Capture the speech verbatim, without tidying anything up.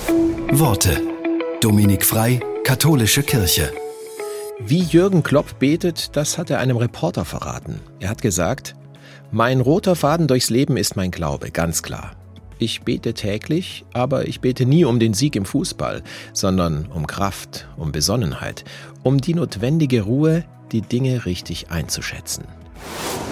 Worte. Dominik Frei, Katholische Kirche. Wie Jürgen Klopp betet, das hat er einem Reporter verraten. Er hat gesagt: Mein roter Faden durchs Leben ist mein Glaube, ganz klar. Ich bete täglich, aber ich bete nie um den Sieg im Fußball, sondern um Kraft, um Besonnenheit, um die notwendige Ruhe, die Dinge richtig einzuschätzen.